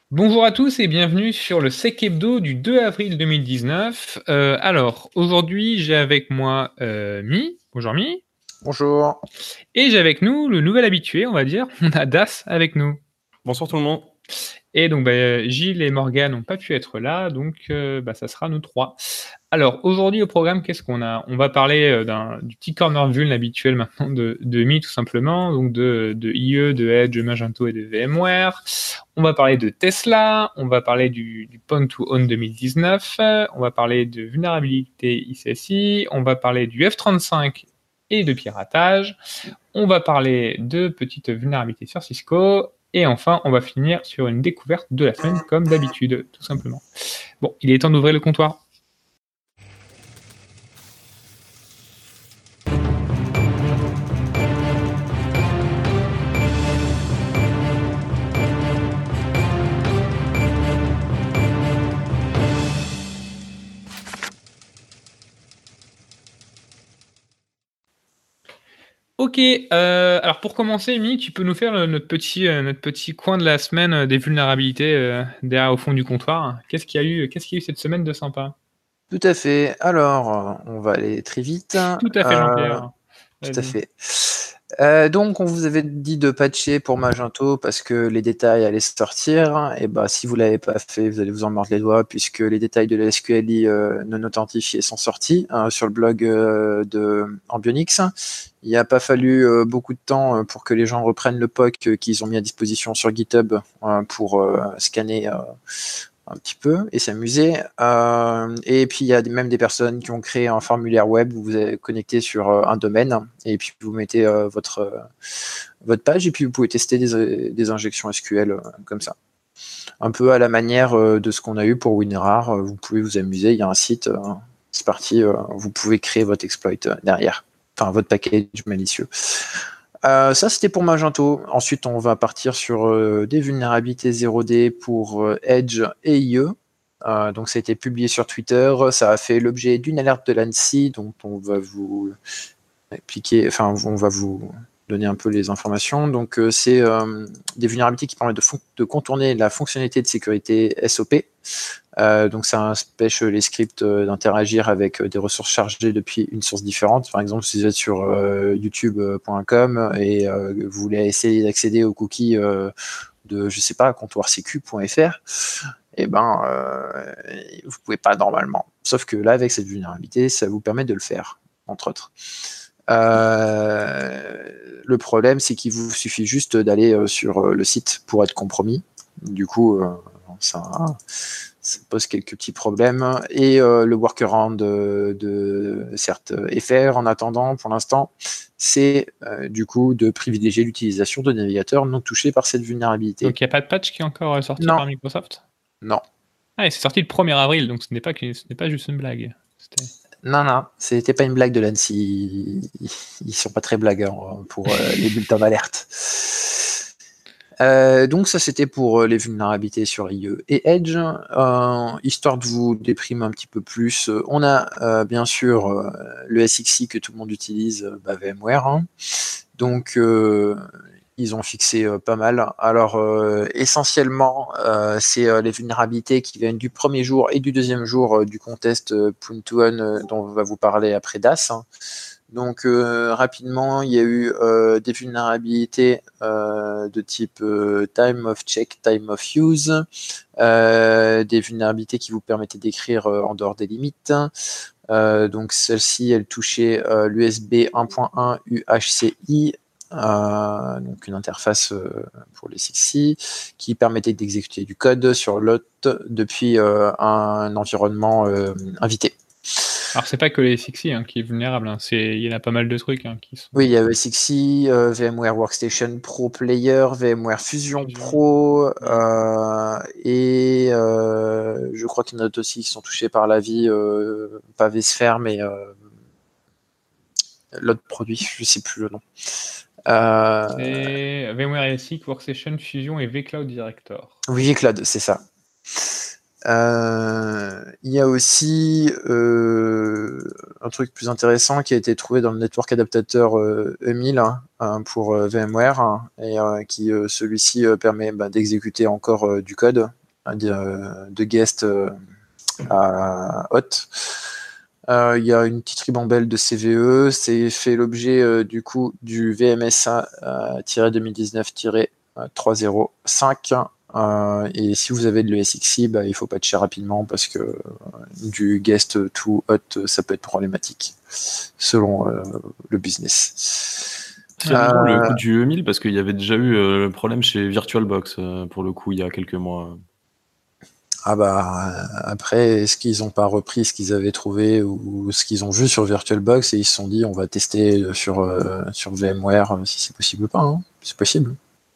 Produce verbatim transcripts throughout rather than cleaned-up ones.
Bonjour à tous et bienvenue sur le Sec Hebdo du deux avril deux mille dix-neuf. Heu, alors aujourd'hui, j'ai avec moi, heu, Mi. Bonjour Mi. Bonjour. Et j'ai avec nous le nouvel habitué, on va dire, on a Das avec nous. Bonsoir tout le monde. Et donc, beh, Gilles et Morgane n'ont pas pu être là, donc heu, bah, ça sera nous trois. Alors aujourd'hui au programme, qu'est-ce qu'on a? On va parler, heu, d'un du petit corner vuln habituel maintenant de de Mi tout simplement, donc de de I E, de Edge, de Magento et de VMware. On va parler de Tesla, on va parler du du Pwn to Own deux mille dix-neuf, on va parler de vulnérabilité I C S I, on va parler du F trente-cinq et de piratage, on va parler de petites vulnérabilités sur Cisco et enfin on va finir sur une découverte de la semaine comme d'habitude, tout simplement. Bon, il est temps d'ouvrir le comptoir. OK, heu, alors pour commencer, Mi, tu peux nous faire, heu, notre petit, heu, notre petit coin de la semaine, heu, des vulnérabilités, heu, derrière au fond du comptoir? Qu'est-ce qu'il y a eu qu'est-ce qu'il y a eu cette semaine de sympa? Tout à fait. Alors, on va aller très vite. Tout à fait Heu, Jean-Pierre, tout à vas-y. fait. Heu, donc on vous avait dit de patcher pour Magento parce que les détails allaient sortir et bah, si vous l'avez pas fait, vous allez vous en mordre les doigts puisque les détails de la S Q L I, heu, non authentifiés sont sortis, hein, sur le blog, heu, de Ambionix. Il a pas fallu, heu, beaucoup de temps, heu, pour que les gens reprennent le P O C qu'ils ont mis à disposition sur GitHub, heu, pour, heu, scanner, heu, un petit peu et s'amuser. Heu, et puis il y a des même des personnes qui ont créé un formulaire web où vous allez connecter sur, heu, un domaine et puis vous mettez, heu, votre, heu, votre page et puis vous pouvez tester des, heu, des injections S Q L, heu, comme ça. Un peu à la manière, heu, de ce qu'on a eu pour WinRAR, heu, vous pouvez vous amuser, il y a un site, heu, c'est parti, heu, vous pouvez créer votre exploit, heu, derrière, enfin votre package malicieux. Heu, ça c'était pour Magento. Ensuite on va partir sur, heu, des vulnérabilités zéro D pour, heu, Edge et I E. Heu, donc ça a été publié sur Twitter, ça a fait l'objet d'une alerte de l'ANSSI, donc on va vous appliquer enfin on va vous donner un peu les informations. Donc heu, c'est, hem, des vulnérabilités qui permettent de fon de contourner la fonctionnalité de sécurité S O P. Heu, donc ça empêche les scripts, heu, d'interagir avec, heu, des ressources chargées depuis une source différente. Par exemple, si vous êtes sur, heu, youtube point com et heu, vous voulez essayer d'accéder aux cookies, heu, de je sais pas, comptoir sécu point F R et ben, heu, vous pouvez pas normalement. Sauf que là, avec cette vulnérabilité, ça vous permet de le faire, entre autres. Heu, le problème, c'est qu'il vous suffit juste d'aller, heu, sur, heu, le site pour être compromis. Du coup, heu, ça ça pose quelques petits problèmes et heu, le workaround de de certes F R en attendant pour l'instant, c'est, heu, du coup de privilégier l'utilisation de navigateurs non touchés par cette vulnérabilité. Donc il y a pas de patch qui est encore, heu, sorti Non. par Microsoft? Non. Ah et c'est sorti le premier avril, donc ce n'est pas que ce n'est pas juste une blague, c'était Non, non, c'était pas une blague de l'ANSSI, ils ils sont pas très blagueurs pour, heu, les bulletins d'alerte. Heu, donc ça c'était pour, heu, les vulnérabilités sur I E et Edge. Heu, histoire de vous déprimer un petit peu plus, heu, on a, heu, bien sûr, heu, le S X I que tout le monde utilise, heu, bah, VMware, hein. Donc heu, ils ont fixé, heu, pas mal. Alors, heu, essentiellement, heu, c'est, heu, les vulnérabilités qui viennent du premier jour et du deuxième jour, heu, du contest, heu, Pwn to Own, heu, dont va vous parler après Das. Donc heu, rapidement, il y a eu, heu, des vulnérabilités, heu, de type, heu, time of check, time of use, heu, des vulnérabilités qui vous permettaient d'écrire, heu, en dehors des limites. Heu, donc celle-ci, elle touchait, heu, l'U S B un point un U H C I, heu, donc une interface, heu, pour les S X I, qui permettait d'exécuter du code sur l'hôte depuis, heu, un environnement, heu, invité. Alors c'est pas que le S X I, hein, qui est vulnérable, hein, c'est il y en a pas mal de trucs, hein, qui sont Oui, il y a le S X I, heu, VMware Workstation Pro Player, VMware Fusion Fusion. Pro, Mmh. heu et heu, je crois qu'il y en a d'autres aussi qui sont touchés par l'avis, heu, pas vSphere mais heu l'autre produit, je sais plus le nom. Heu C'est VMware S X, Workstation, Fusion et vCloud Director. Oui, vCloud, c'est ça. Heu, il y a aussi, heu, un truc plus intéressant qui a été trouvé dans le network adaptateur, heu, E mille, hein, pour, heu, VMware et heu, qui, heu, celui-ci, heu, permet, bah, d'exécuter encore, heu, du code de, de guest euh, à hot. Il euh, y a une petite ribambelle de C V E, c'est fait l'objet euh, du coup du V M S A-deux mille dix-neuf trois zéro cinq. Euh, et si vous avez de l'E S X I, bah, il faut patcher rapidement parce que euh, du guest to hot, ça peut être problématique selon euh, le business. C'est amusant euh, le coup du E mille parce qu'il y avait déjà eu euh, le problème chez VirtualBox euh, pour le coup il y a quelques mois. Ah bah après, est-ce qu'ils n'ont pas repris ce qu'ils avaient trouvé ou ce qu'ils ont vu sur VirtualBox et ils se sont dit on va tester sur, euh, sur VMware si c'est possible ou pas, hein. C'est possible.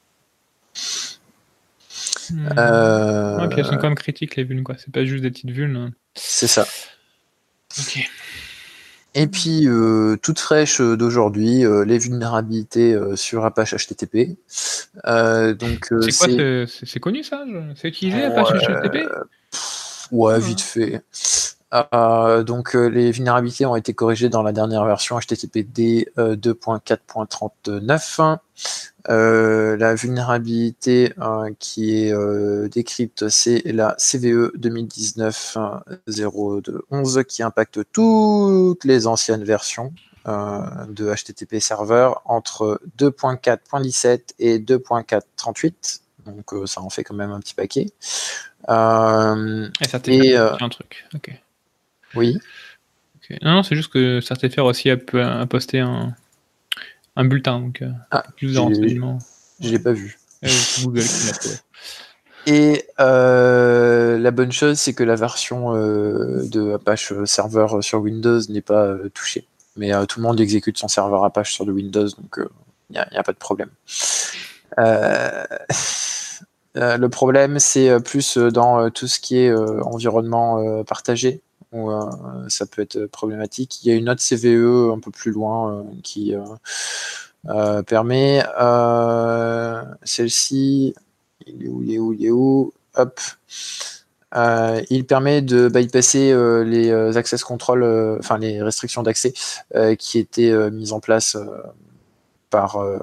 Mmh. Euh... Ouais, puis elles sont quand même critiques les vulnes, quoi. C'est pas juste des petites vulnes. Hein. C'est ça. Ok. Et puis, euh, toute fraîche d'aujourd'hui, euh, les vulnérabilités euh, sur Apache H T T P. Euh, donc, euh, c'est quoi, c'est, c'est connu ça? C'est utilisé ouais, Apache H T T P? pff, Ouais, vite fait. Euh, donc, euh, les vulnérabilités ont été corrigées dans la dernière version H T T P D euh, deux point quatre point trente-neuf. Euh, la vulnérabilité euh, qui est euh, décrypte, c'est la C V E deux mille dix-neuf zéro deux onze qui impacte toutes les anciennes versions euh, de H T T P server entre deux point quatre point dix-sept et deux point quatre point trente-huit. Donc euh, ça en fait quand même un petit paquet. Euh, et ça et euh, un truc. Ok. Oui. Okay. Non, non, c'est juste que Certifier aussi a, a posté un un bulletin, donc euh, ah, plus de renseignements. Je l'ai pas vu. Euh, c'est Google qui l'a trouvé. Et euh, la bonne chose, c'est que la version euh, de Apache Server sur Windows n'est pas euh, touchée. Mais euh, tout le monde exécute son serveur Apache sur le Windows, donc il euh, n'y a, a pas de problème. Euh, euh, le problème, c'est plus dans euh, tout ce qui est euh, environnement euh, partagé, où euh, ça peut être problématique. Il y a une autre C V E un peu plus loin euh, qui... Euh, Euh, permet euh, celle-ci, il est où, il est où, il est où, hop, euh, il permet de bypasser euh, les euh, access control, euh, enfin les restrictions d'accès euh, qui étaient euh, mises en place euh, par euh,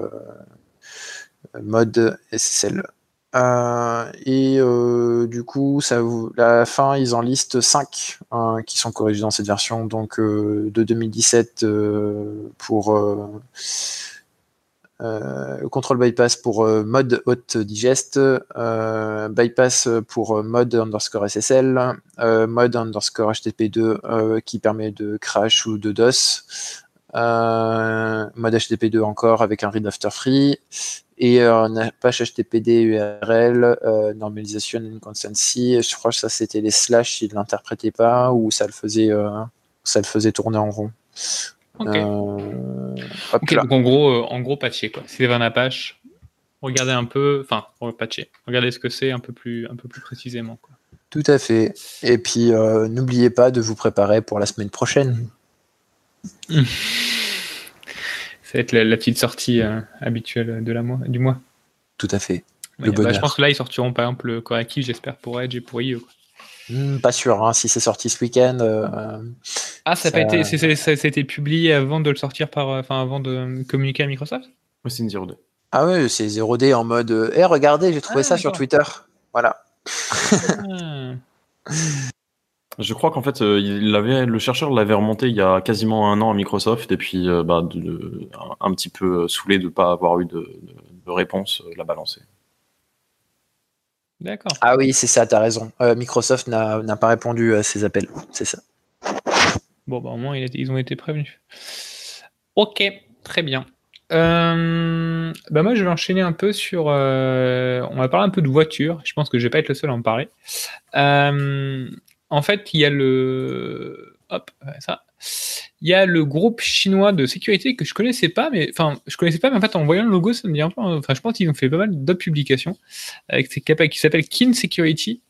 mode S S L. Euh, et euh, du coup, ça, à la fin, ils en listent cinq hein, qui sont corrigés dans cette version, donc euh, de deux mille dix-sept euh, pour euh, Euh, control bypass pour euh, mode hot digest, euh, bypass pour euh, mode underscore S S L, euh, mode underscore H T T P deux euh, qui permet de crash ou de DOS, euh, mode H T T P deux encore avec un read after free, et euh, un Apache H T T P D U R L, euh, normalization and consistency. Je crois que ça c'était les slash, ils ne l'interprétaient pas ou ça le faisait, euh, ça le faisait tourner en rond. Ok. Euh, ok, donc en gros, euh, en gros, patcher quoi. Si vous avez un Apache, regardez un peu, enfin, patcher. Regardez ce que c'est un peu plus, un peu plus précisément, quoi. Tout à fait. Et puis, euh, n'oubliez pas de vous préparer pour la semaine prochaine. Mmh. Ça va être la, la petite sortie euh, habituelle de la mois, du mois. Tout à fait. Ouais, le bah, je pense que là, ils sortiront par exemple le correctif, j'espère, pour Edge et pour I E. Quoi. Mmh, pas sûr, hein, si c'est sorti ce week-end. Euh, ah, ça n'a pas été, c'est, c'est, ça, ça a été publié avant de le sortir par, enfin, avant de communiquer à Microsoft. Oui, c'est une zéro deux. Ah oui, c'est zéro D en mode. Eh, hey, regardez, j'ai trouvé ah, ça d'accord. sur Twitter. Voilà. ah. Je crois qu'en fait, euh, il avait, le chercheur l'avait remonté il y a quasiment un an à Microsoft, et puis euh, bah, de, de, un, un petit peu saoulé de ne pas avoir eu de, de, de réponse, euh, l'a balancé. D'accord. Ah oui, c'est ça, t'as raison. Euh, Microsoft n'a, n'a pas répondu à ces appels, c'est ça. Bon, bah au moins, ils ont été prévenus. Ok, très bien. Euh, bah moi, je vais enchaîner un peu sur... Euh, on va parler un peu de voiture. Je pense que je vais pas être le seul à en parler. Euh, en fait, il y a le... Hop, ça. Il y a le groupe chinois de sécurité que je connaissais pas, mais enfin, je connaissais pas, mais en fait, en voyant le logo, ça me dit un peu. Enfin, je pense qu'ils ont fait pas mal d'autres publications avec ces capables qui s'appelle Kin Security,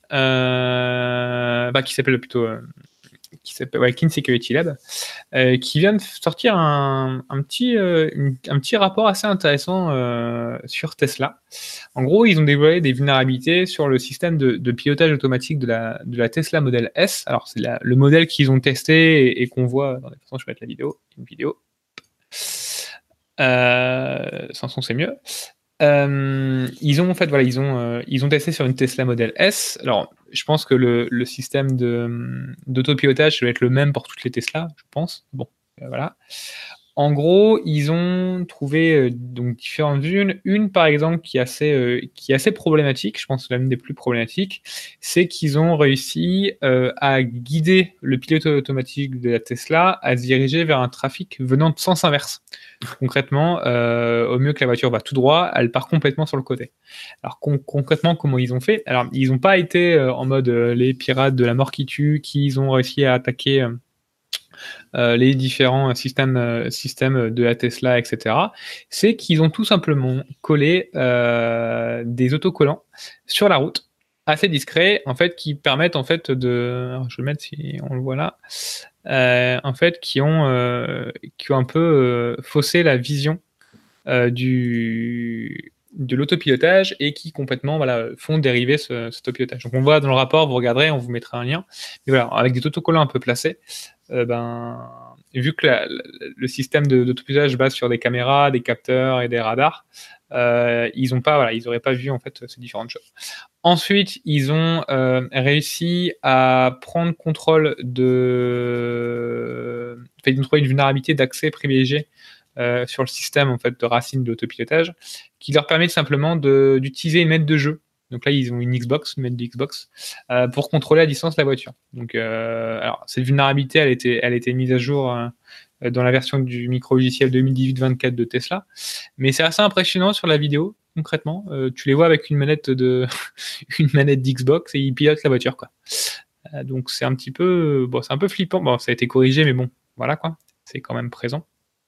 euh, bah, qui s'appelle plutôt, euh, qui s'appelle ouais, Kin Security Lab, euh, qui vient de sortir un, un petit, euh, une, un petit rapport assez intéressant euh, sur Tesla. En gros, ils ont dévoilé des vulnérabilités sur le système de, de pilotage automatique de la, de la Tesla Model S. Alors, c'est la, le modèle qu'ils ont testé et, et qu'on voit. Dans les façons, je vais mettre la vidéo. Une vidéo. Euh, sans son, c'est mieux. Euh, ils ont en fait, voilà, ils ont, euh, ils ont testé sur une Tesla Model S. Alors, je pense que le, le système de, d'autopilotage doit être le même pour toutes les Tesla, je pense. Bon, euh, voilà. En gros, ils ont trouvé euh, donc différentes vues. Une, par exemple, qui est assez, euh, qui est assez problématique, je pense que c'est l'une des plus problématiques, c'est qu'ils ont réussi euh, à guider le pilote automatique de la Tesla à se diriger vers un trafic venant de sens inverse. Concrètement, euh, au mieux que la voiture va tout droit, elle part complètement sur le côté. Alors con- concrètement, comment ils ont fait? Alors, ils n'ont pas été euh, en mode euh, les pirates de la mort qui tue, qui ont réussi à attaquer... Euh, Euh, les différents systèmes, euh, systèmes de la Tesla, et cetera, c'est qu'ils ont tout simplement collé euh, des autocollants sur la route, assez discrets, en fait, qui permettent en fait de, alors, je vais mettre si on le voit là, euh, en fait, qui ont, euh, qui ont un peu euh, faussé la vision euh, du de l'autopilotage et qui complètement voilà, font dériver ce, cet autopilotage. Donc on voit dans le rapport, vous regarderez, on vous mettra un lien. Mais voilà, avec des autocollants un peu placés, euh, ben, vu que la, la, le système de, d'autopilotage base sur des caméras, des capteurs et des radars, euh, ils ont pas, voilà, ils n'auraient pas vu en fait ces différentes choses. Ensuite, ils ont euh, réussi à prendre contrôle de, enfin, ils ont trouvé une vulnérabilité d'accès privilégié Euh, sur le système en fait de racine de l'autopilotage, qui leur permet simplement de, d'utiliser une manette de jeu. Donc là, ils ont une Xbox, une manette de Xbox, euh, pour contrôler à distance la voiture. Donc, euh, alors cette vulnérabilité, elle était, elle était mise à jour euh, dans la version du micro-logiciel deux mille dix-huit vingt-quatre de Tesla, mais c'est assez impressionnant sur la vidéo. Concrètement, euh, tu les vois avec une manette de, une manette d'Xbox et ils pilotent la voiture, quoi. Euh, donc c'est un petit peu, bon, c'est un peu flippant. Bon, ça a été corrigé, mais bon, voilà quoi, c'est quand même présent.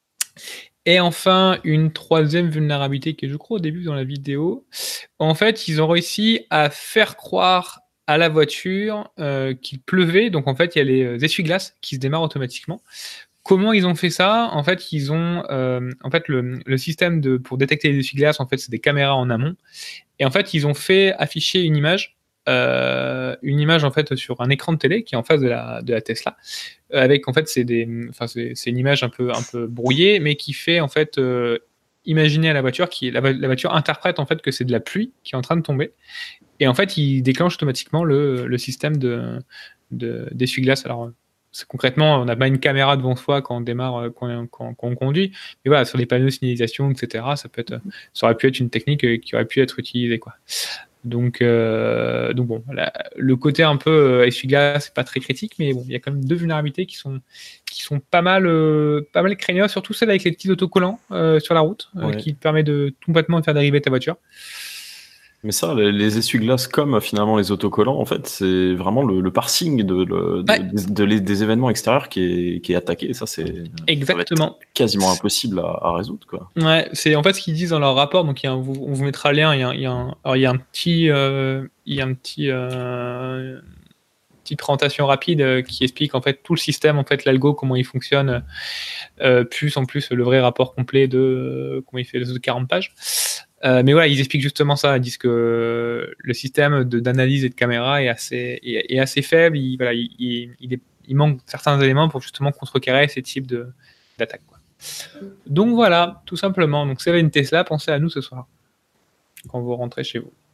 Et enfin, une troisième vulnérabilité qui est, je crois, au début dans la vidéo. En fait, ils ont réussi à faire croire à la voiture euh, qu'il pleuvait. Donc, en fait, il y a les essuie-glaces qui se démarrent automatiquement. Comment ils ont fait ça? En fait, ils ont, euh, en fait, le, le système de, pour détecter les essuie-glaces, en fait, c'est des caméras en amont. Et en fait, ils ont fait afficher une image, euh, une image en fait sur un écran de télé qui est en face de la, de la Tesla, avec en fait c'est des, enfin c'est, c'est une image un peu un peu brouillée, mais qui fait en fait euh, imaginer à la voiture qui la, la voiture interprète en fait que c'est de la pluie qui est en train de tomber, et en fait il déclenche automatiquement le, le système de, de d'essuie-glace. Alors c'est, concrètement, on n'a pas une caméra devant soi quand on démarre, quand, quand, quand on conduit, mais voilà, sur les panneaux de signalisation, et cetera, ça peut être, ça aurait pu être une technique qui aurait pu être utilisée, quoi. Donc, euh, donc bon, la, le côté un peu euh, essuie-glace, c'est pas très critique, mais bon, il y a quand même deux vulnérabilités qui sont, qui sont pas mal, euh, pas mal craignantes, surtout celle avec les petits autocollants euh, sur la route, euh, ouais. Qui te permet de complètement de faire dériver ta voiture. Mais ça, les, les essuie-glaces comme finalement les autocollants, en fait, c'est vraiment le, le parsing de, de, de, ouais. de, de, des événements extérieurs qui est, qui est attaqué. Et ça, c'est exactement quasiment impossible à, à résoudre, quoi. Ouais, c'est en fait ce qu'ils disent dans leur rapport. Donc, il y a un, on vous mettra le lien. Il y a, il y a un, alors, il y a un petit, euh, il y a un petit, euh, petite présentation rapide euh, qui explique en fait tout le système, en fait l'algo, comment il fonctionne, euh, plus en plus le vrai rapport complet de euh, comment il fait de quarante pages. Euh, mais voilà, ils expliquent justement ça. Ils disent que le système de, d'analyse et de caméra est assez, est, est assez faible. Il, voilà, il, il, il, est, il manque certains éléments pour justement contrecarrer ces types de, d'attaques, quoi. Donc voilà, tout simplement. Donc, c'est une Tesla, pensez à nous ce soir quand vous rentrez chez vous.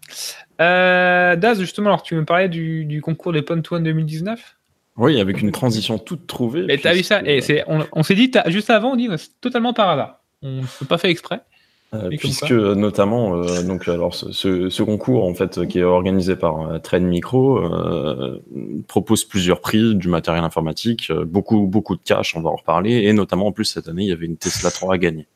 Euh, Daz, justement, alors tu me parlais du, du concours des Pontoon deux mille dix-neuf. Oui, avec une transition toute trouvée. Et t'as vu ça? Et c'est, on, on s'est dit, juste avant, on dit, c'est totalement par hasard. On ne peut pas fait exprès. Euh, puisque notamment, euh, donc alors ce, ce, ce concours en fait qui est organisé par euh, Trend Micro euh, propose plusieurs prix, du matériel informatique, euh, beaucoup beaucoup de cash, on va en reparler, et notamment en plus cette année il y avait une Tesla trois à gagner.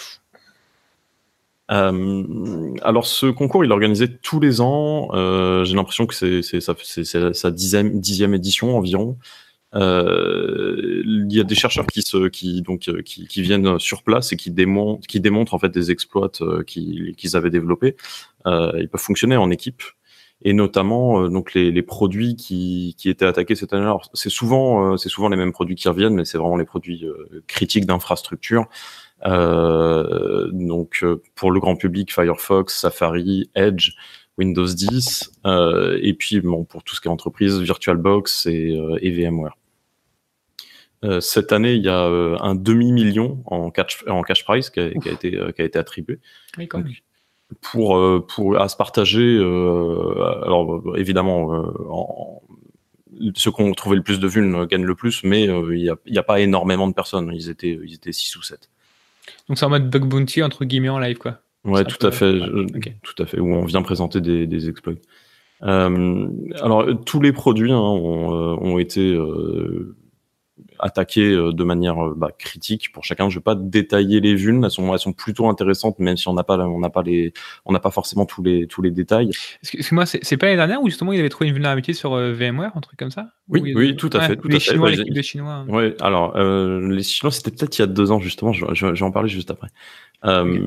Euh, alors ce concours il est organisé tous les ans, euh, j'ai l'impression que c'est c'est ça c'est, c'est sa dixième dixième édition environ. Euh, il y a des chercheurs qui se, qui donc qui, qui viennent sur place et qui démontrent, qui démontrent en fait des exploits euh, qu'ils, qu'ils avaient développés. Euh, ils peuvent fonctionner en équipe, et notamment euh, donc les, les produits qui, qui étaient attaqués cette année. Alors c'est souvent, euh, c'est souvent les mêmes produits qui reviennent, mais c'est vraiment les produits euh, critiques d'infrastructure. Euh, donc euh, pour le grand public, Firefox, Safari, Edge, Windows dix, euh, et puis bon, pour tout ce qui est entreprise, VirtualBox et, euh, et VMware. Euh, cette année, il y a euh, un demi-million en cash, en cash prize qui a, qui a, été, euh, qui a été attribué. Oui, quand même. pour, euh, pour, à se partager. Euh, alors, évidemment, euh, en, ceux qui ont trouvé le plus de vulnes gagnent le plus, mais il euh, n'y a, y a pas énormément de personnes. Ils étaient, ils étaient six ou sept. Donc c'est en mode bug bounty, entre guillemets, en live, quoi. Ouais, tout à fait. Ouais, je, okay. Tout à fait. Où on vient présenter des, des exploits. Euh, alors, tous les produits hein, ont, euh, ont été euh, attaqués euh, de manière euh, bah, critique pour chacun. Je vais pas détailler les vulnes, elles sont, elles sont plutôt intéressantes, même si on n'a pas, on n'a pas les, on n'a pas forcément tous les, tous les détails. Excuse-moi, c'est, c'est pas l'année dernière où justement ils avaient trouvé une vulnérabilité sur euh, VMware, un truc comme ça? Oui, oui, oui, tout à fait. Ouais, tout les à fait. Chinois, Bah, l'équipe des Chinois. Ouais, alors euh, les Chinois, c'était peut-être il y a deux ans justement. Je, je, je vais en parler juste après. Euh, okay.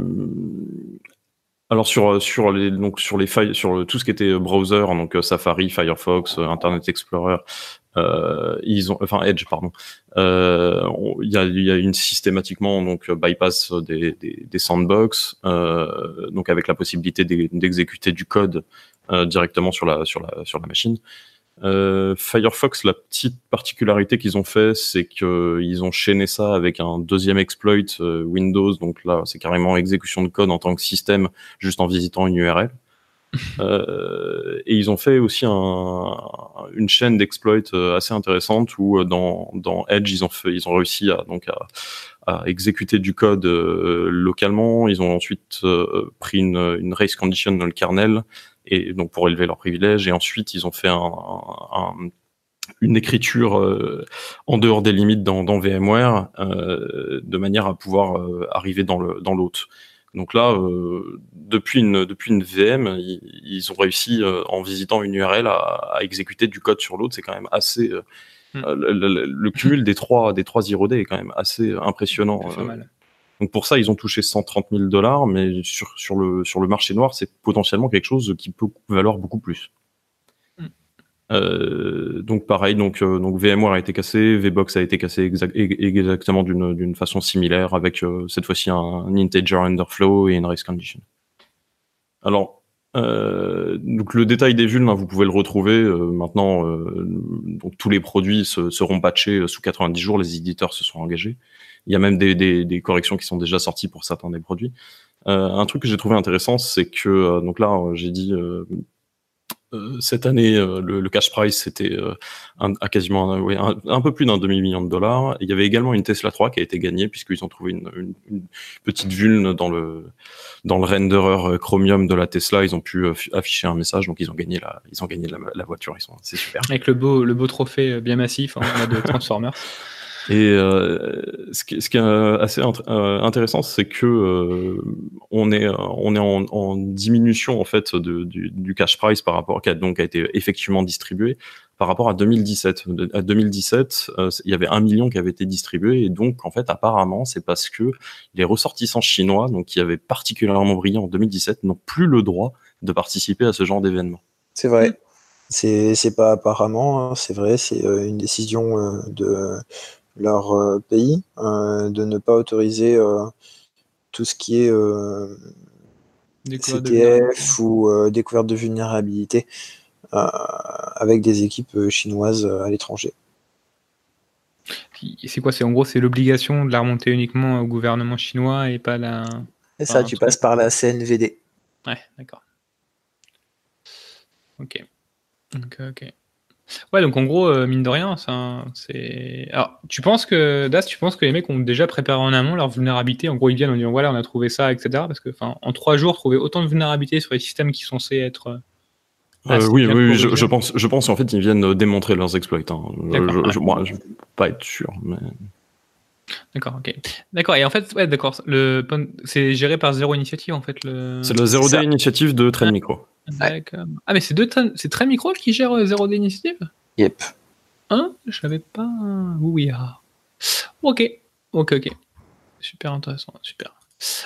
Alors sur sur les donc sur les failles sur tout ce qui était browser donc Safari, Firefox, Internet Explorer, euh, ils ont enfin Edge pardon. Il euh, y a il y a une systématiquement donc bypass des des, des sandbox euh, donc avec la possibilité d'exécuter du code euh, directement sur la sur la sur la machine. Euh, Firefox, la petite particularité qu'ils ont fait, c'est qu'ils ont chaîné ça avec un deuxième exploit euh, Windows. Donc là, c'est carrément exécution de code en tant que système, juste en visitant une U R L. euh, et ils ont fait aussi un, une chaîne d'exploits assez intéressante où dans, dans Edge, ils ont, fait, ils ont réussi à, donc à, à exécuter du code euh, localement. Ils ont ensuite euh, pris une, une race condition dans le kernel, et donc pour élever leurs privilèges, et ensuite ils ont fait un, un, une écriture euh, en dehors des limites dans, dans VMware, euh, de manière à pouvoir euh, arriver dans le dans l'hôte. Donc là, euh, depuis une depuis une V M, ils, ils ont réussi euh, en visitant une U R L à, à exécuter du code sur l'autre. C'est quand même assez euh, mm. euh, le, le, le cumul des trois des trois zéro D est quand même assez impressionnant. Ça fait mal. Donc pour ça, ils ont touché cent trente mille dollars, mais sur, sur, le, sur le marché noir, c'est potentiellement quelque chose qui peut valoir beaucoup plus. Mm. Euh, donc pareil, donc, euh, donc VMware a été cassé, VBox a été cassé exact, exactement d'une, d'une façon similaire, avec euh, cette fois-ci un, un integer underflow et une race condition. Alors, euh, donc le détail des vulnes, hein, vous pouvez le retrouver euh, maintenant. Euh, donc tous les produits se, seront patchés sous quatre-vingt-dix jours. Les éditeurs se sont engagés. Il y a même des, des, des corrections qui sont déjà sorties pour certains des produits. Euh, un truc que j'ai trouvé intéressant, c'est que euh, donc là, j'ai dit euh, euh, cette année, euh, le, le cash price c'était euh, un, à quasiment oui, un, un peu plus d'un demi-million de dollars. Et il y avait également une Tesla trois qui a été gagnée puisqu'ils ont trouvé une, une, une petite vulne dans le dans le renderer Chromium de la Tesla. Ils ont pu afficher un message, donc ils ont gagné la ils ont gagné la, la voiture. Ils sont c'est super. Avec le beau le beau trophée bien massif en mode Transformers. Et euh, ce, qui, ce qui est assez int- euh, intéressant, c'est que euh, on est on est en, en diminution en fait de, du, du cash price par rapport qui a donc a été effectivement distribué par rapport à deux mille dix-sept. À deux mille dix-sept, euh, il y avait un million qui avait été distribué, et donc en fait apparemment c'est parce que les ressortissants chinois, donc qui avaient particulièrement brillé en deux mille dix-sept, n'ont plus le droit de participer à ce genre d'événement. C'est vrai. Mmh. C'est c'est pas apparemment, hein, c'est vrai, c'est euh, une décision euh, de leur euh, pays euh, de ne pas autoriser euh, tout ce qui est euh, C T F ou euh, découverte de vulnérabilité euh, avec des équipes chinoises à l'étranger. C'est quoi? C'est en gros c'est l'obligation de la remonter uniquement au gouvernement chinois et pas la. C'est ça, tu passes par la C N V D. Ouais, d'accord. Ok. Ok, ok. Ouais, donc en gros, euh, mine de rien, ça, c'est. Alors, tu penses que, Das, tu penses que les mecs ont déjà préparé en amont leur vulnérabilité? En gros, ils viennent en disant voilà, on a trouvé ça, et cetera. Parce que, enfin, en trois jours, trouver autant de vulnérabilités sur les systèmes qui sont censés être. Euh, oui, oui, je, je pense, je pense en fait, ils viennent démontrer leurs exploits. Hein. Je, ouais. je, moi, je peux pas être sûr, mais. D'accord, ok. D'accord, et en fait, ouais, d'accord. Le, c'est géré par Zero Initiative, en fait. Le... C'est la Zero Day Initiative de Trend Micro. D'accord. Ah, mais c'est deux Trend, c'est Trend Micro qui gère euh, Zero Day Initiative? Yep. Hein? Je savais pas. Oui, ah. Ok, ok, ok. Super intéressant, super.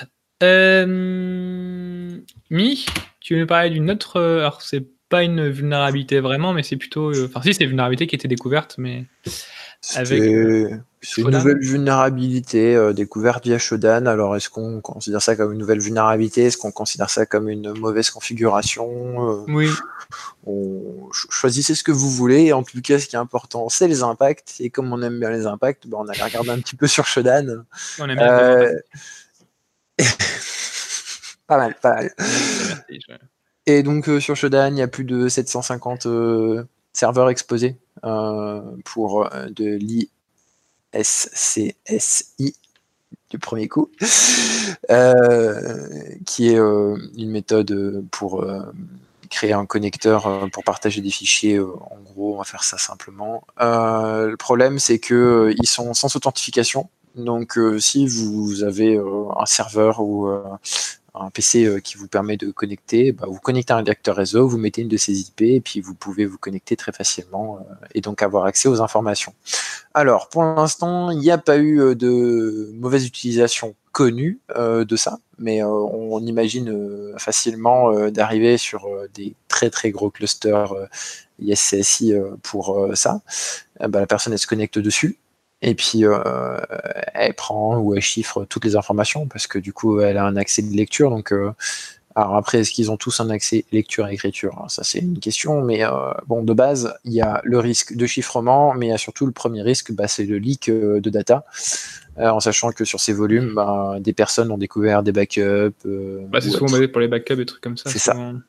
Euh... Mi, tu veux me parler d'une autre. Alors, c'est pas une vulnérabilité vraiment, mais c'est plutôt. Enfin, si, c'est une vulnérabilité qui a été découverte, mais. Avec, euh, c'est une nouvelle vulnérabilité euh, découverte via Shodan. Alors, est-ce qu'on considère ça comme une nouvelle vulnérabilité? Est-ce qu'on considère ça comme une mauvaise configuration? euh, Oui. On... Choisissez ce que vous voulez. Et en tout cas, ce qui est important, c'est les impacts. Et comme on aime bien les impacts, bah, on allait regarder un petit peu sur Shodan. On aime bien. Euh... Pas mal, pas mal. Merci, je- Et donc euh, sur Shodan, il y a plus de sept cent cinquante euh, serveurs exposés euh, pour euh, de l'I S C S I du premier coup, euh, qui est euh, une méthode pour euh, créer un connecteur euh, pour partager des fichiers. Euh, en gros, on va faire ça simplement. Euh, le problème, c'est que euh, ils sont sans authentification. Donc, euh, si vous avez euh, un serveur ou euh, un P C euh, qui vous permet de connecter, bah, vous connectez un adapteur réseau, vous mettez une de ces I P et puis vous pouvez vous connecter très facilement euh, et donc avoir accès aux informations. Alors, pour l'instant, il n'y a pas eu euh, de mauvaise utilisation connue euh, de ça, mais euh, on imagine euh, facilement euh, d'arriver sur euh, des très très gros clusters euh, I S C S I euh, pour euh, ça. Euh, bah, la personne elle se connecte dessus. Et puis, euh, elle prend ou elle chiffre toutes les informations parce que du coup, elle a un accès de lecture. Donc, euh, alors après, est-ce qu'ils ont tous un accès lecture et écriture? Ça, c'est une question. Mais euh, bon, de base, il y a le risque de chiffrement, mais il y a surtout le premier risque, bah, c'est le leak euh, de data. Euh, en sachant que sur ces volumes, bah, des personnes ont découvert des backups. Euh, Bah, c'est ou souvent autres. basé pour les backups et trucs comme ça. C'est ça. souvent.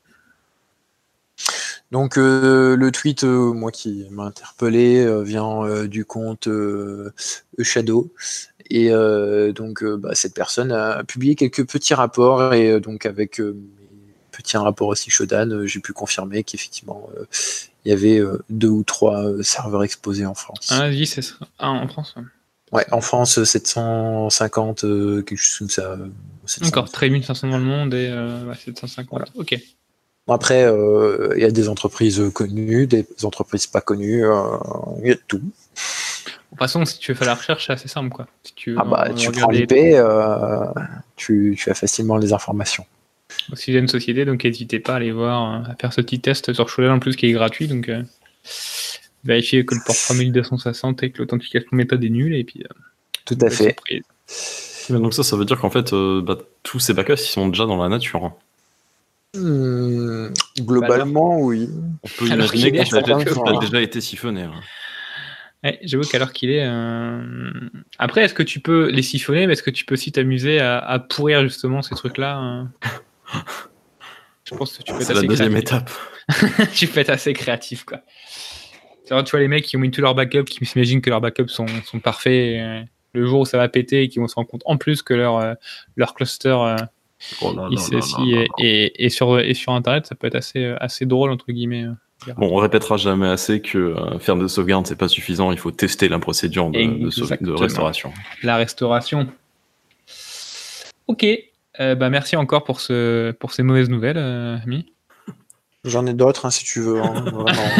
Donc euh, le tweet, euh, moi qui m'a interpellé, euh, vient euh, du compte euh, Shadow. Et euh, donc euh, bah, cette personne a publié quelques petits rapports et euh, donc avec euh, mes petits rapports aussi Shodan, euh, j'ai pu confirmer qu'effectivement euh, il y avait euh, deux ou trois euh, serveurs exposés en France. Ah, vas-y, c'est ça. Ah, en France. Ouais, Ouais, en France, sept cent cinquante, euh, quelque chose comme ça. euh, sept cents. Encore treize mille cinq cents dans le monde et euh, ouais, sept cent cinquante. Voilà. Ok. Bon, après, euh, il y a des entreprises connues, des entreprises pas connues, euh, il y a de tout. De toute façon, si tu veux faire la recherche, c'est assez simple, quoi. Si tu veux Ah bah, en- tu prends regarder l'I P, euh, tu, tu as facilement les informations. aussi j'ai une société, donc n'hésitez pas à aller voir, euh, à faire ce petit test sur Shodan en plus qui est gratuit, donc euh, vérifier que le port trois mille deux cent soixante et que l'authentification méthode est nulle et puis euh, Tout à fait. surprise. Mais donc ça, ça veut dire qu'en fait, euh, bah, tous ces backups, ils sont déjà dans la nature. Hein. Hmm, globalement, oui. On peut Alors imaginer qu'il est, que ça a certains déjà, fois, ça a hein. déjà été siphonné. Hein. Ouais, j'avoue qu'à l'heure qu'il est. euh, Après, est-ce que tu peux les siphonner, mais est-ce que tu peux aussi t'amuser à, à pourrir justement ces trucs-là hein Je pense que tu peux être C'est la assez deuxième créatif. étape. Tu peux être assez créatif, quoi. C'est vrai, tu vois les mecs qui ont mis tous leurs backups, qui s'imaginent que leurs backups sont, sont parfaits. Et, euh, le jour où ça va péter et qui vont se rendre compte en plus que leur, euh, leur cluster euh, Oh là là I C S là I là est, là. est- est sur, est sur Internet, ça peut être assez, euh, assez drôle, entre guillemets. euh. Bon, on répétera jamais assez que euh, faire de sauvegarde, c'est pas suffisant. Il faut tester la procédure de, de, sauve- de Exactement. restauration. La restauration. Ok. Euh, bah, merci encore pour, ce, pour ces mauvaises nouvelles, euh, Ami. J'en ai d'autres, hein, si tu veux. Hein, vraiment.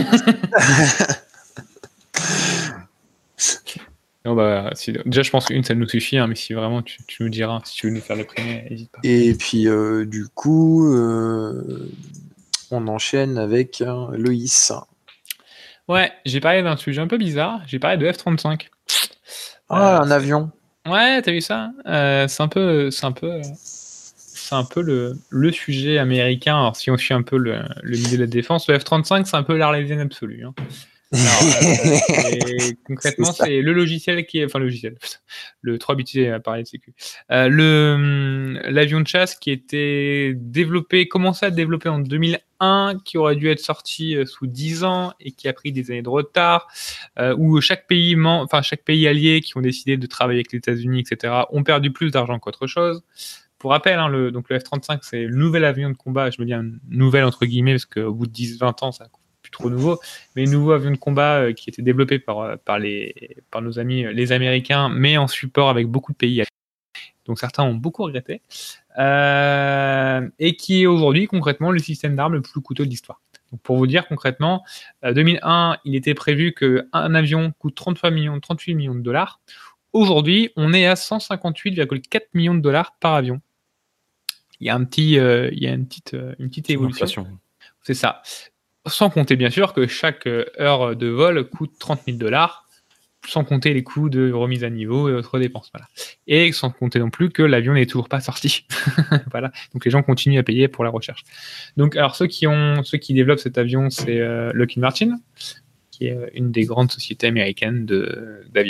Non, bah, si- déjà, je pense qu'une, ça nous suffit, hein, mais si vraiment tu, tu nous diras, si tu veux nous faire le premier, n'hésite pas. Et puis, euh, du coup, euh, on enchaîne avec euh, Loïs. Ouais, j'ai parlé d'un sujet un peu bizarre. J'ai parlé de F trente-cinq. Ah, Euh, un c'est- avion. Ouais, t'as vu ça Euh, C'est un peu, c'est un peu, euh, c'est un peu le, le sujet américain. Alors, si on suit un peu le, le milieu de la défense, le F trente-cinq, c'est un peu l'Arlésienne absolue. Hein. Alors, euh, et concrètement, C'est ça. c'est le logiciel qui est, enfin le logiciel, le trois bits appareil de sécu, euh, le hum, l'avion de chasse qui était développé, commencé à être développé en deux mille un, qui aurait dû être sorti euh, sous dix ans et qui a pris des années de retard, euh, où chaque pays, mem- enfin chaque pays allié qui ont décidé de travailler avec les États-Unis, et cetera, ont perdu plus d'argent qu'autre chose. Pour rappel, hein, le, donc le F trente-cinq, c'est le nouvel avion de combat. Je me dis un nouvel entre guillemets parce qu'au bout de dix vingt ans, ça plus trop nouveau, mais nouveau avion de combat euh, qui était développé par, euh, par, les, par nos amis euh, les Américains, mais en support avec beaucoup de pays. Donc certains ont beaucoup regretté. Euh, et qui est aujourd'hui concrètement le système d'armes le plus coûteux de l'histoire. Donc pour vous dire concrètement, euh, deux mille un, il était prévu qu'un avion coûte trente-trois millions, trente-huit millions de dollars. Aujourd'hui, on est à cent cinquante-huit virgule quatre millions de dollars par avion. Il y a un petit, euh, il y a une petite, euh, une petite évolution. Inflation. C'est ça. Sans compter bien sûr que chaque heure de vol coûte trente mille dollars, sans compter les coûts de remise à niveau et autres dépenses. Voilà. Et sans compter non plus que l'avion n'est toujours pas sorti. Voilà. Donc les gens continuent à payer pour la recherche. Donc alors ceux qui ont, ceux qui développent cet avion, c'est euh, Lockheed Martin, qui est une des grandes sociétés américaines de, d'aviation.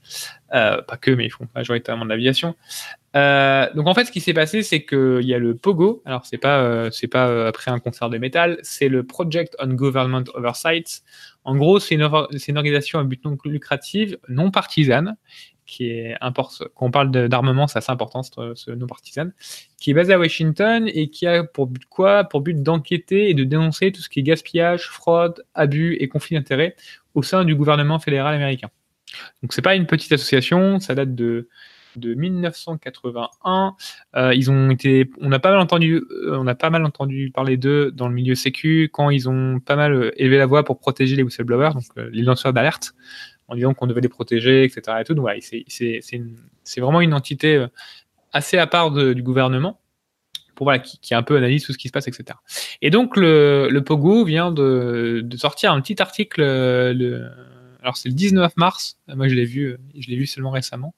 Euh, pas que, mais ils font majoritairement de l'aviation. Euh, donc en fait, ce qui s'est passé, c'est qu'il y a le POGO. Alors c'est pas, euh, c'est pas euh, après un concert de métal, c'est le Project on Government Oversight. En gros, c'est une, or- c'est une organisation à but non lucratif, non partisane, qui est important. Quand on parle de- d'armement, c'est assez important, ce, ce non partisane, qui est basé à Washington et qui a pour but quoi? Pour but d'enquêter et de dénoncer tout ce qui est gaspillage, fraude, abus et conflit d'intérêts au sein du gouvernement fédéral américain. Donc c'est pas une petite association, ça date de de mille neuf cent quatre-vingt-un. Euh, ils ont été, on a pas mal entendu, euh, on a pas mal entendu parler d'eux dans le milieu sécu quand ils ont pas mal euh, élevé la voix pour protéger les whistleblowers, donc euh, les lanceurs d'alerte, en disant qu'on devait les protéger, et cetera. Et tout. Donc ouais, c'est c'est c'est une- c'est vraiment une entité euh, assez à part de- du gouvernement. Pour, voilà, qui, qui un peu analyse tout ce qui se passe, et cetera. Et donc le, le POGO vient de, de sortir un petit article. euh, Le, alors c'est le dix-neuf mars. Moi je l'ai vu, euh, je l'ai vu seulement récemment,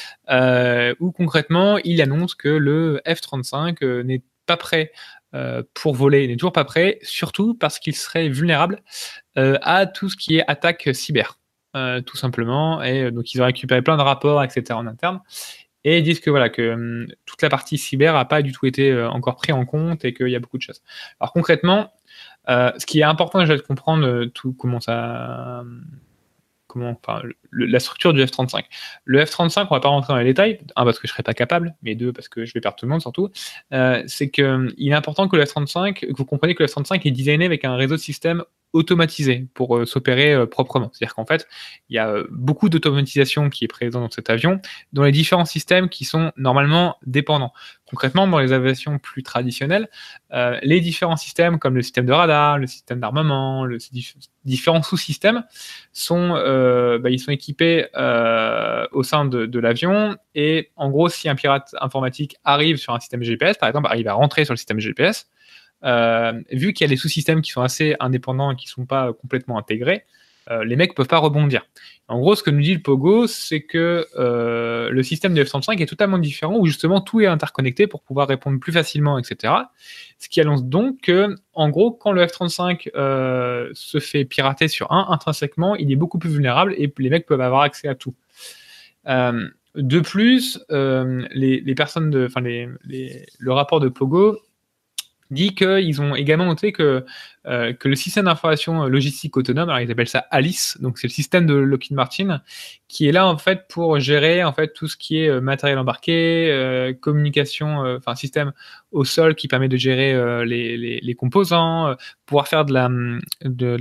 euh, où concrètement il annonce que le F trente-cinq euh, n'est pas prêt euh, pour voler, n'est toujours pas prêt, surtout parce qu'il serait vulnérable euh, à tout ce qui est attaque cyber, euh, tout simplement. Et euh, donc ils ont récupéré plein de rapports, et cetera en interne. Et ils disent que voilà que hum, toute la partie cyber n'a pas du tout été euh, encore pris en compte et qu'il y a beaucoup de choses. Alors concrètement, euh, ce qui est important déjà de comprendre euh, tout comment ça, hum, comment, enfin, le- la structure du F trente-cinq. Le F trente-cinq, on va pas rentrer dans les détails, un parce que je serais pas capable, mais deux parce que je vais perdre tout le monde surtout. Euh, c'est que hum, il est important que le F trente-cinq, que vous compreniez que le F trente-cinq est designé avec un réseau de systèmes automatisé pour euh, s'opérer euh, proprement. C'est-à-dire qu'en fait, il y a euh, beaucoup d'automatisation qui est présente dans cet avion, dans les différents systèmes qui sont normalement dépendants. Concrètement, dans les aviations plus traditionnelles, euh, les différents systèmes comme le système de radar, le système d'armement, le dif- différents sous-systèmes sont, euh, bah, ils sont équipés euh, au sein de, de l'avion. Et en gros, si un pirate informatique arrive sur un système G P S, par exemple, arrive à rentrer sur le système G P S, euh, vu qu'il y a des sous-systèmes qui sont assez indépendants et qui ne sont pas complètement intégrés, euh, les mecs ne peuvent pas rebondir. En gros, ce que nous dit le POGO, c'est que euh, le système de F trente-cinq est totalement différent, où justement tout est interconnecté pour pouvoir répondre plus facilement, et cetera. Ce qui annonce donc que, en gros, quand le F trente-cinq euh, se fait pirater sur un, intrinsèquement, il est beaucoup plus vulnérable et les mecs peuvent avoir accès à tout. Euh, de plus, euh, les, les personnes de, enfin les, les, le rapport de POGO dit qu'ils ont également noté que, euh, que le système d'information logistique autonome, alors ils appellent ça ALICE, donc c'est le système de Lockheed Martin, qui est là en fait pour gérer en fait tout ce qui est euh, matériel embarqué, euh, communication, euh, enfin système au sol qui permet de gérer euh, les, les, les composants, euh, pouvoir faire de la, de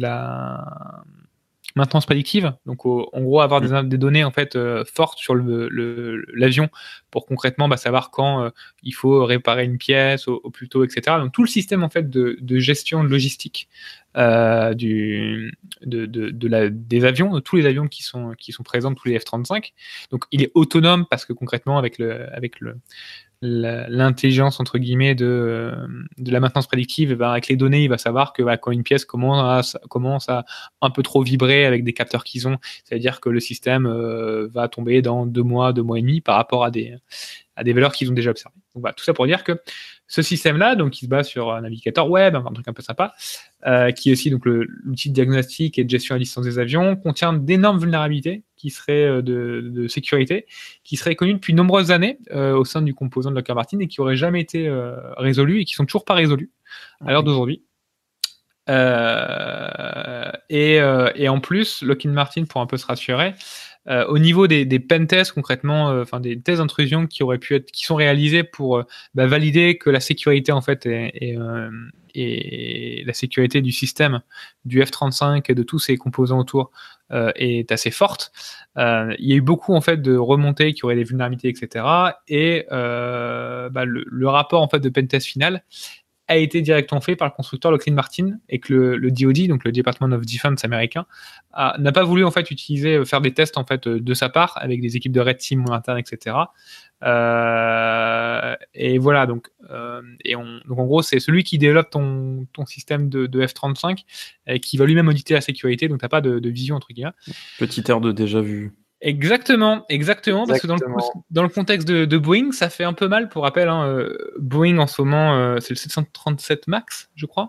la maintenance prédictive, donc au, en gros avoir des, des données en fait euh, fortes sur le, le, l'avion pour concrètement bah, savoir quand euh, il faut réparer une pièce au, au plus tôt, et cetera. Donc tout le système en fait de, de gestion de logistique euh, du, de, de, de la, des avions, de tous les avions qui sont, qui sont présents, tous les F trente-cinq. Donc il est autonome parce que concrètement avec le, avec le l'intelligence entre guillemets de, de la maintenance prédictive, et ben avec les données, il va savoir que bah, quand une pièce commence à, commence à un peu trop vibrer avec des capteurs qu'ils ont, c'est-à-dire que le système euh, va tomber dans deux mois, deux mois et demi par rapport à des, à des valeurs qu'ils ont déjà observées. Donc voilà, tout ça pour dire que ce système-là, donc qui se base sur un navigateur web, un truc un peu sympa, euh, qui est aussi donc le, l'outil de diagnostic et de gestion à distance des avions, contient d'énormes vulnérabilités qui seraient de, de sécurité, qui seraient connues depuis de nombreuses années euh, au sein du composant de Lockheed Martin et qui n'auraient jamais été euh, résolues et qui sont toujours pas résolues à l'heure d'aujourd'hui. Euh, et, euh, et en plus, Lockheed Martin, pour un peu se rassurer, euh, au niveau des, des pen tests concrètement, enfin euh, des tests d'intrusion qui auraient pu être, qui sont réalisés pour euh, bah, valider que la sécurité en fait est, est, euh, et la sécurité du système du F trente-cinq et de tous ses composants autour euh, est assez forte. Euh, il y a eu beaucoup en fait de remontées qui auraient des vulnérabilités, et cetera. Et euh, bah, le, le rapport en fait de pentest final a été directement fait par le constructeur Lockheed Martin et que le, le D O D, donc le Department of Defense américain, a, n'a pas voulu en fait utiliser, faire des tests en fait de sa part avec des équipes de Red Team en interne, et cetera. Euh, et voilà, donc, euh, et on, donc en gros, c'est celui qui développe ton, ton système de, de F trente-cinq et qui va lui-même auditer la sécurité, donc t'as pas de, de vision entre guillemets. Petit air de déjà vu. Exactement, exactement, parce exactement. que dans le, dans le contexte de, de Boeing, ça fait un peu mal. Pour rappel, hein, euh, Boeing en ce moment, euh, c'est le sept cent trente-sept MAX, je crois,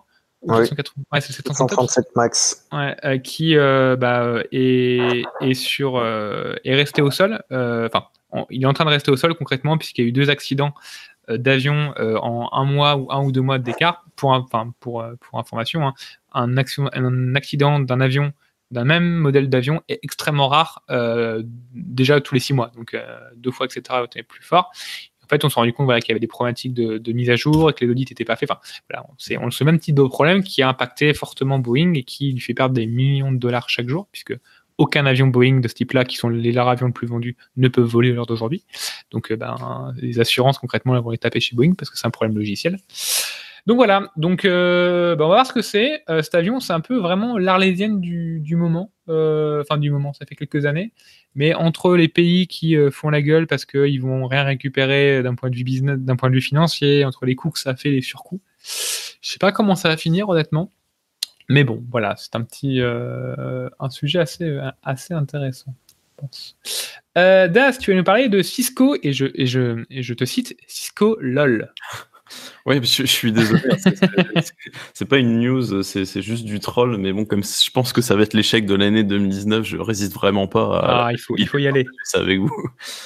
Oui. quatre cent quatre-vingts Ouais, c'est le sept cent trente-sept. sept cent trente-sept Max. Ouais, euh, qui euh, bah, est, est, sur, euh, est resté au sol. Enfin, euh, il est en train de rester au sol concrètement, puisqu'il y a eu deux accidents euh, d'avion euh, en un mois ou un ou deux mois d'écart. Pour, enfin, pour, pour information, hein, un, accident, un accident d'un avion, d'un même modèle d'avion, est extrêmement rare, euh, déjà tous les six mois. Donc, euh, deux fois, et cetera, était plus fort. En fait, on s'est rendu compte voilà, qu'il y avait des problématiques de, de mise à jour et que les audits n'étaient pas faits. Enfin, voilà, c'est on, ce même type de problème qui a impacté fortement Boeing et qui lui fait perdre des millions de dollars chaque jour, puisque aucun avion Boeing de ce type-là, qui sont les rares avions les plus vendus, ne peuvent voler à l'heure d'aujourd'hui. Donc, euh, ben, les assurances, concrètement, elles vont les taper chez Boeing parce que c'est un problème logiciel. Donc voilà, donc euh, ben on va voir ce que c'est. Euh, cet avion, c'est un peu vraiment l'Arlésienne du, du moment. Euh, enfin, du moment, ça fait quelques années. Mais entre les pays qui euh, font la gueule parce qu'ils vont rien récupérer d'un point de vue business, d'un point de vue financier, entre les coûts que ça fait, les surcoûts, je sais pas comment ça va finir, honnêtement. Mais bon, voilà, c'est un petit, euh, un sujet assez, assez intéressant, je pense. Euh, Das, tu vas nous parler de Cisco et je, et je, et je te cite Cisco lol. Oui, je, je suis désolé. c'est, c'est, c'est pas une news, c'est, c'est juste du troll. Mais bon, comme je pense que ça va être l'échec de l'année deux mille dix-neuf, je résiste vraiment pas à. Ah, il faut, il faut y aller. C'est avec vous.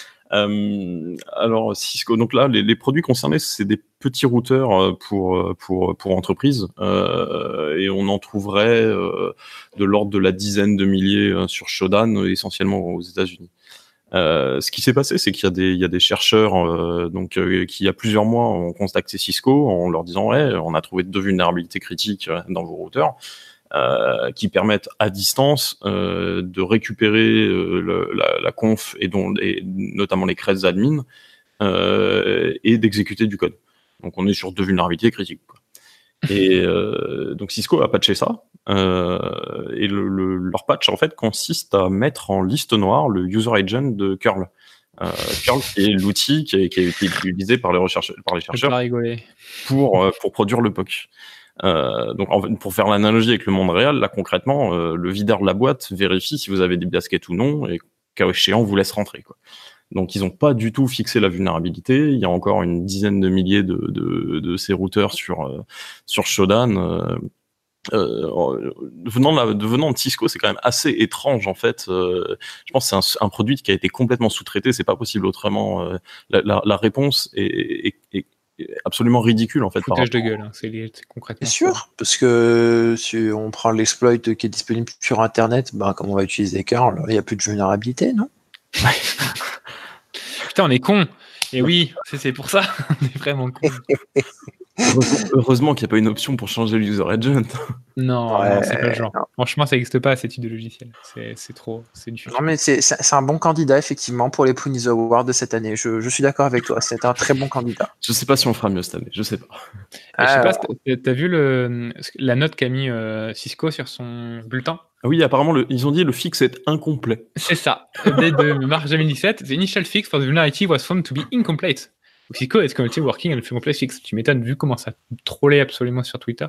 Euh, alors Cisco, donc là, les, les produits concernés, c'est des petits routeurs pour pour pour entreprises, euh, et on en trouverait euh, de l'ordre de la dizaine de milliers euh, sur Shodan, essentiellement aux États-Unis. Euh, ce qui s'est passé, c'est qu'il y a des, il y a des chercheurs euh, donc, euh, qui, il y a plusieurs mois, ont contacté Cisco en leur disant ouais, on a trouvé deux vulnérabilités critiques dans vos routeurs euh, qui permettent à distance euh, de récupérer euh, le, la, la conf et, dont, et notamment les creds admin euh, et d'exécuter du code. Donc on est sur deux vulnérabilités critiques, quoi. Et euh, donc Cisco a patché ça, euh, et le, le, leur patch en fait consiste à mettre en liste noire le user agent de curl. Euh, curl qui est l'outil qui, est, qui a été utilisé par les rechercheurs, par les chercheurs pour euh, pour produire le P O C. Euh, donc en fait, pour faire l'analogie avec le monde réel, là concrètement, euh, le videur de la boîte vérifie si vous avez des baskets ou non, et cas échéant vous laisse rentrer, quoi. Donc ils n'ont pas du tout fixé la vulnérabilité. Il y a encore une dizaine de milliers de, de, de ces routeurs sur euh, sur Shodan. Euh, euh, venant, de la, de, venant de Cisco, c'est quand même assez étrange en fait. Euh, je pense que c'est un, un produit qui a été complètement sous-traité. C'est pas possible autrement. Euh, la, la, la réponse est, est, est, est absolument ridicule en fait. Foutage de gueule, hein. c'est, c'est concrètement. C'est sûr, parce que si on prend l'exploit qui est disponible sur Internet, bah, comme on va utiliser curl, il n'y a plus de vulnérabilité, non? Putain, on est con. Et oui, c'est, c'est pour ça. On est vraiment con. Heureusement, heureusement qu'il n'y a pas une option pour changer le user agent. Non, ouais, non c'est pas le genre. Non. Franchement, ça n'existe pas, ce type de logiciel. C'est, c'est trop. C'est du non, mais c'est, c'est, c'est un bon candidat, effectivement, pour les Ponies Awards de cette année. Je, je suis d'accord avec toi. C'est un très bon candidat. Je sais pas si on fera mieux cette année. Je sais pas. Ah, je sais pas, t'as, t'as vu le, la note qu'a mis euh, Cisco sur son bulletin? Oui, apparemment, le, ils ont dit le fixe est incomplet. C'est ça. Dès de mars deux mille dix-sept, the initial fix for the vulnerability was found to be incomplete. Cisco is currently working on a complete fix. Tu m'étonnes, vu comment ça trollait absolument sur Twitter.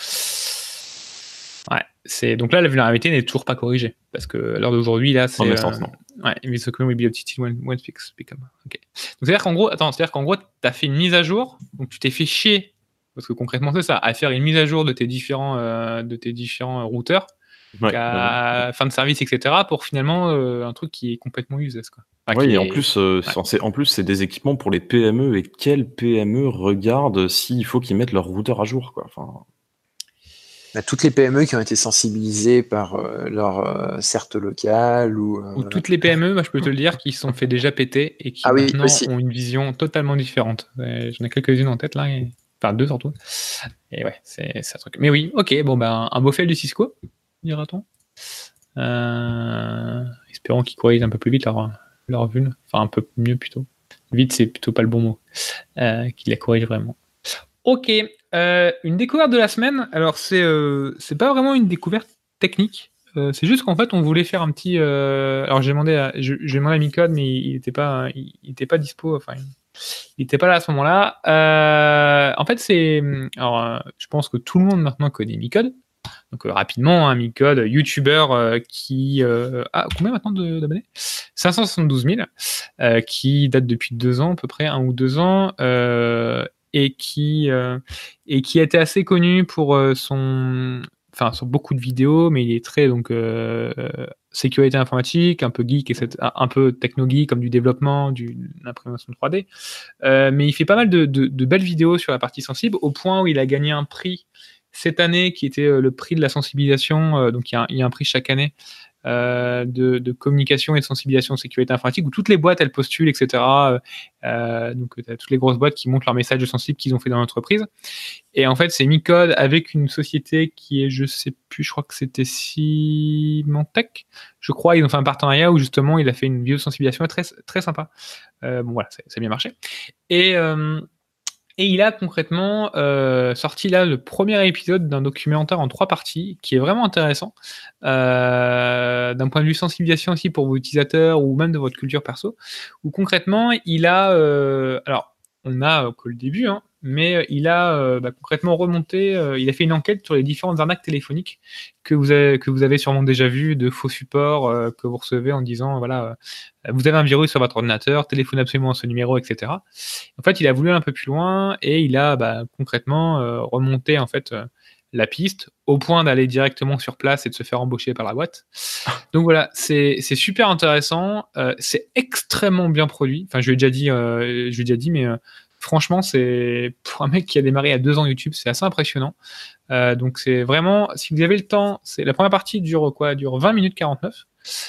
Ouais, c'est... Donc là, la vulnérabilité n'est toujours pas corrigée. Parce que à l'heure d'aujourd'hui, là, c'est. En essence, euh... non. Ouais, the will be updated when, when fix become. Ok. Donc c'est-à-dire qu'en gros, attends, c'est-à-dire qu'en gros, t'as fait une mise à jour, donc tu t'es fait chier, parce que concrètement, c'est ça, à faire une mise à jour de tes différents, euh, de tes différents routeurs. Ouais, à ouais. fin de service, et cetera, pour finalement euh, un truc qui est complètement useless, quoi. Enfin, oui, et est... en plus, euh, ouais. c'est, en plus, c'est des équipements pour les P M E, et quel P M E regarde s'il faut qu'ils mettent leur routeur à jour, quoi. Enfin... Bah, toutes les P M E qui ont été sensibilisées par euh, leur euh, certe locale ou, euh... ou toutes les P M E, bah, je peux te le dire, qui se sont fait déjà péter et qui ah maintenant oui, ont une vision totalement différente. J'en ai quelques-unes en tête là, et... enfin deux surtout. Et ouais, c'est, c'est un truc. Mais oui, ok, bon ben un beau fail du Cisco, dira-t-on. Euh... Espérons qu'ils corrigent un peu plus vite leur, leur vulne, enfin un peu mieux plutôt. Vite, c'est plutôt pas le bon mot. Euh, qu'ils la corrigent vraiment. Ok, euh, une découverte de la semaine. Alors c'est euh, c'est pas vraiment une découverte technique. Euh, c'est juste qu'en fait on voulait faire un petit. Euh... Alors j'ai demandé à je, j'ai demandé à Micode, mais il était pas il, il était pas dispo. Enfin il était pas là à ce moment-là. Euh... En fait c'est alors euh, je pense que tout le monde maintenant connaît Micode. Donc euh, rapidement, un hein, Micode, YouTuber euh, qui euh, a combien maintenant de, d'abonnés cinq cent soixante-douze mille, euh, qui date depuis deux ans à peu près, un ou deux ans. Euh, et qui, euh, et qui a été assez connu pour euh, son... Enfin, sur beaucoup de vidéos, mais il est très donc euh, sécurité informatique, un peu geek, et cetera, un peu techno-geek, comme du développement, du, de l'imprimation trois D. Euh, mais il fait pas mal de, de, de belles vidéos sur la partie sensible, au point où il a gagné un prix cette année, qui était le prix de la sensibilisation. Euh, donc il y, a un, il y a un prix chaque année euh, de, de communication et de sensibilisation de sécurité informatique, où toutes les boîtes, elles postulent, et cetera. Euh, donc tu as toutes les grosses boîtes qui montrent leur message de sensible qu'ils ont fait dans l'entreprise. Et en fait, c'est Micode avec une société qui est, je sais plus, je crois que c'était Symantec, je crois. Ils ont fait un partenariat où justement il a fait une vidéo de sensibilisation très, très sympa. Euh, bon voilà, ça a bien marché. Et, euh, et il a concrètement euh, sorti là le premier épisode d'un documentaire en trois parties qui est vraiment intéressant, euh, d'un point de vue sensibilisation aussi pour vos utilisateurs ou même de votre culture perso, où concrètement il a, euh, alors on a euh, que le début, hein, mais il a euh, bah, concrètement remonté, euh, il a fait une enquête sur les différentes arnaques téléphoniques que vous avez, que vous avez sûrement déjà vu, de faux supports euh, que vous recevez en disant, voilà, euh, vous avez un virus sur votre ordinateur, téléphonez absolument à ce numéro, et cetera. En fait, il a voulu aller un peu plus loin et il a bah, concrètement euh, remonté en fait euh, la piste au point d'aller directement sur place et de se faire embaucher par la boîte. Donc voilà, c'est, c'est super intéressant, euh, c'est extrêmement bien produit. Enfin, je lui ai déjà dit, euh, je lui ai déjà dit, mais euh, franchement, c'est pour un mec qui a démarré il y a deux ans YouTube, c'est assez impressionnant. Euh, donc c'est vraiment, si vous avez le temps, c'est la première partie dure quoi, dure vingt minutes quarante-neuf.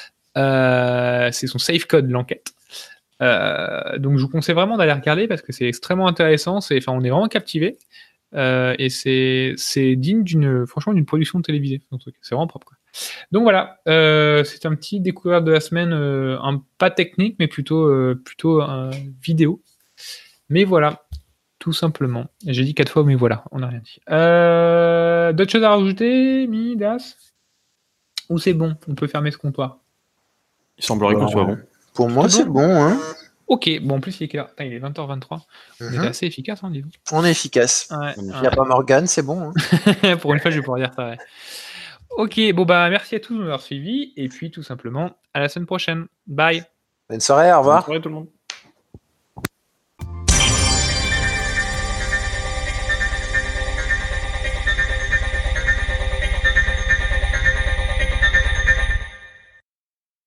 Euh, c'est son safe code l'enquête. Euh, donc je vous conseille vraiment d'aller regarder parce que c'est extrêmement intéressant. C'est, enfin, on est vraiment captivé euh, et c'est, c'est digne d'une, franchement, d'une production télévisée. C'est vraiment propre, quoi. Donc voilà, euh, c'est un petit découverte de la semaine, euh, un, pas technique, mais plutôt, euh, plutôt euh, vidéo. Mais voilà, tout simplement. J'ai dit quatre fois, mais voilà, on n'a rien dit. Euh, d'autres choses à rajouter, Midas? Ou c'est bon, on peut fermer ce comptoir? Il semblerait qu'on soit bon. Pour moi, c'est bon, hein. Ok, bon, en plus, il est quelle heure? Putain, il est vingt heures vingt-trois. Mm-hmm. On était assez efficace, hein, dis-donc. On est efficace. Ouais, il n'y ouais. a pas Morgane, c'est bon. Hein. Pour une fois, je vais pouvoir dire ça. Ouais. Ok, bon, bah, merci à tous de m'avoir suivi. Et puis, tout simplement, à la semaine prochaine. Bye. Bonne soirée, au revoir. Bonne soirée, tout le monde.